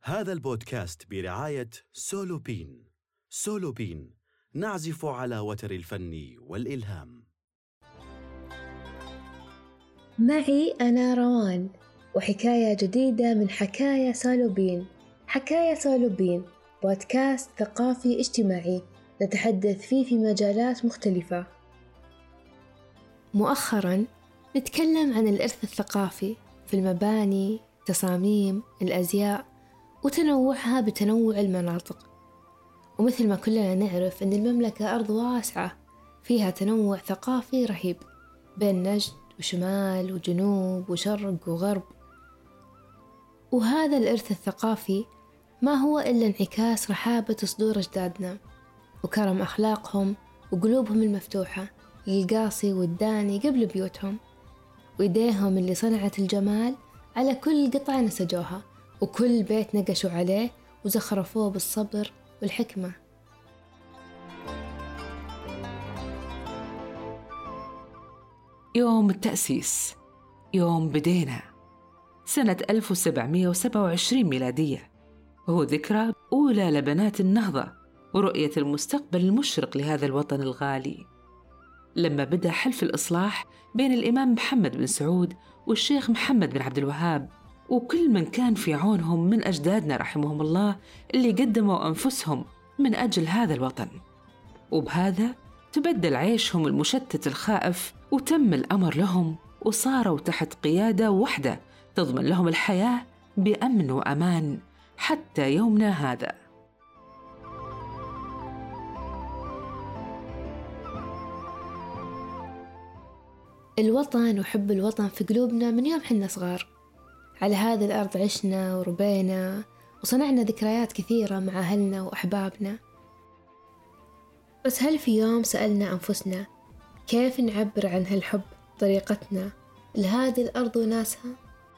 هذا البودكاست برعاية سولوبين. سولوبين، نعزف على وتر الفن والإلهام. معي أنا روان، وحكاية جديدة من حكاية سولوبين. حكاية سولوبين بودكاست ثقافي اجتماعي نتحدث فيه في مجالات مختلفة. مؤخراً نتكلم عن الإرث الثقافي في المباني، تصاميم، الأزياء وتنوعها بتنوع المناطق. ومثل ما كلنا نعرف أن المملكة أرض واسعة فيها تنوع ثقافي رهيب بين نجد وشمال وجنوب وشرق وغرب. وهذا الإرث الثقافي ما هو إلا انعكاس رحابة صدور أجدادنا وكرم أخلاقهم وقلوبهم المفتوحة للقاصي والداني قبل بيوتهم، وإيديهم اللي صنعت الجمال على كل قطعة نسجوها وكل بيت نقشوا عليه وزخرفوه بالصبر والحكمة. يوم التأسيس، يوم بدينا سنة 1727 ميلادية، وهو ذكرى أولى لبنات النهضة ورؤية المستقبل المشرق لهذا الوطن الغالي. لما بدأ حلف الإصلاح بين الإمام محمد بن سعود والشيخ محمد بن عبد الوهاب، وكل من كان في عونهم من أجدادنا رحمهم الله اللي قدموا أنفسهم من أجل هذا الوطن، وبهذا تبدل عيشهم المشتت الخائف وتم الأمر لهم، وصاروا تحت قيادة واحدة تضمن لهم الحياة بأمن وأمان حتى يومنا هذا. الوطن وحب الوطن في قلوبنا من يوم حنا صغار. على هذه الأرض عشنا وربينا وصنعنا ذكريات كثيرة مع أهلنا وأحبابنا. بس هل في يوم سألنا أنفسنا كيف نعبر عن هالحب طريقتنا لهذه الأرض وناسها؟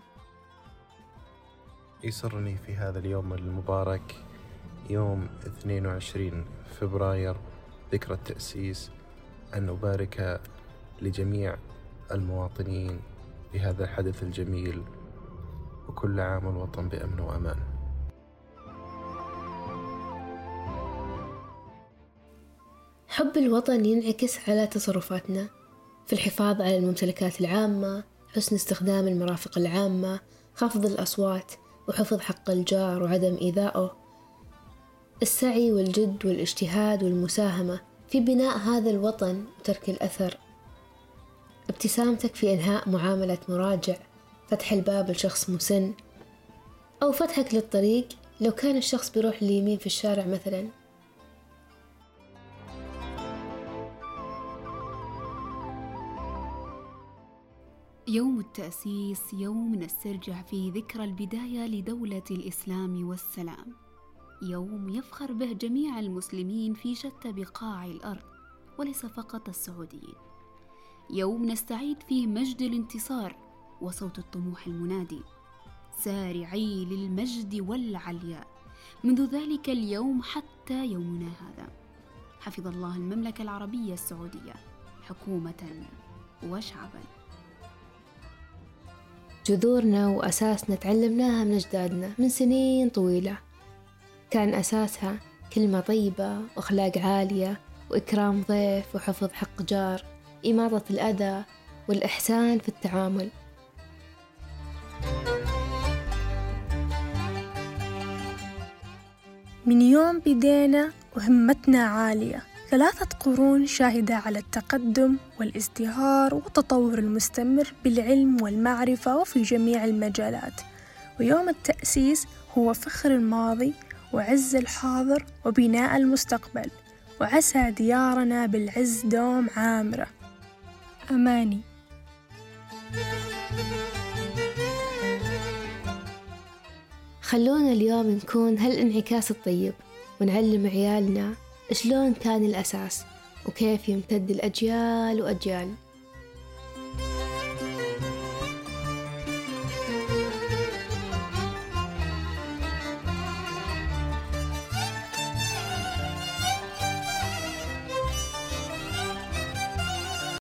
يسرني في هذا اليوم المبارك، يوم 22 فبراير ذكرى التأسيس، أن أبارك لجميع المواطنين بهذا الحدث الجميل، وكل عام الوطن بأمن وأمان. حب الوطن ينعكس على تصرفاتنا في الحفاظ على الممتلكات العامة، حسن استخدام المرافق العامة، خفض الأصوات وحفظ حق الجار وعدم إيذائه، السعي والجد والاجتهاد والمساهمة في بناء هذا الوطن وترك الأثر، ابتسامتك في إنهاء معاملة مراجع، فتح الباب لشخص مسن، أو فتحك للطريق لو كان الشخص بيروح اليمين في الشارع مثلا. يوم التأسيس يوم نسترجع فيه ذكرى البداية لدولة الإسلام والسلام، يوم يفخر به جميع المسلمين في شتى بقاع الأرض وليس فقط السعوديين، يوم نستعيد فيه مجد الانتصار وصوت الطموح المنادي سارعي للمجد والعلياء منذ ذلك اليوم حتى يومنا هذا. حفظ الله المملكة العربية السعودية حكومة وشعبا. جذورنا وأساسنا تعلمناها من أجدادنا من سنين طويلة، كان أساسها كلمة طيبة وأخلاق عالية وإكرام ضيف وحفظ حق جار، إماطة الأذى والإحسان في التعامل. من يوم بدينا وهمتنا عالية، 3 قرون شاهدة على التقدم والازدهار والتطور المستمر بالعلم والمعرفة وفي جميع المجالات، ويوم التأسيس هو فخر الماضي وعز الحاضر وبناء المستقبل، وعسى ديارنا بالعز دوم عامرة. أماني. خلونا اليوم نكون هالانعكاس الطيب ونعلم عيالنا شلون كان الأساس وكيف يمتد الأجيال وأجيال.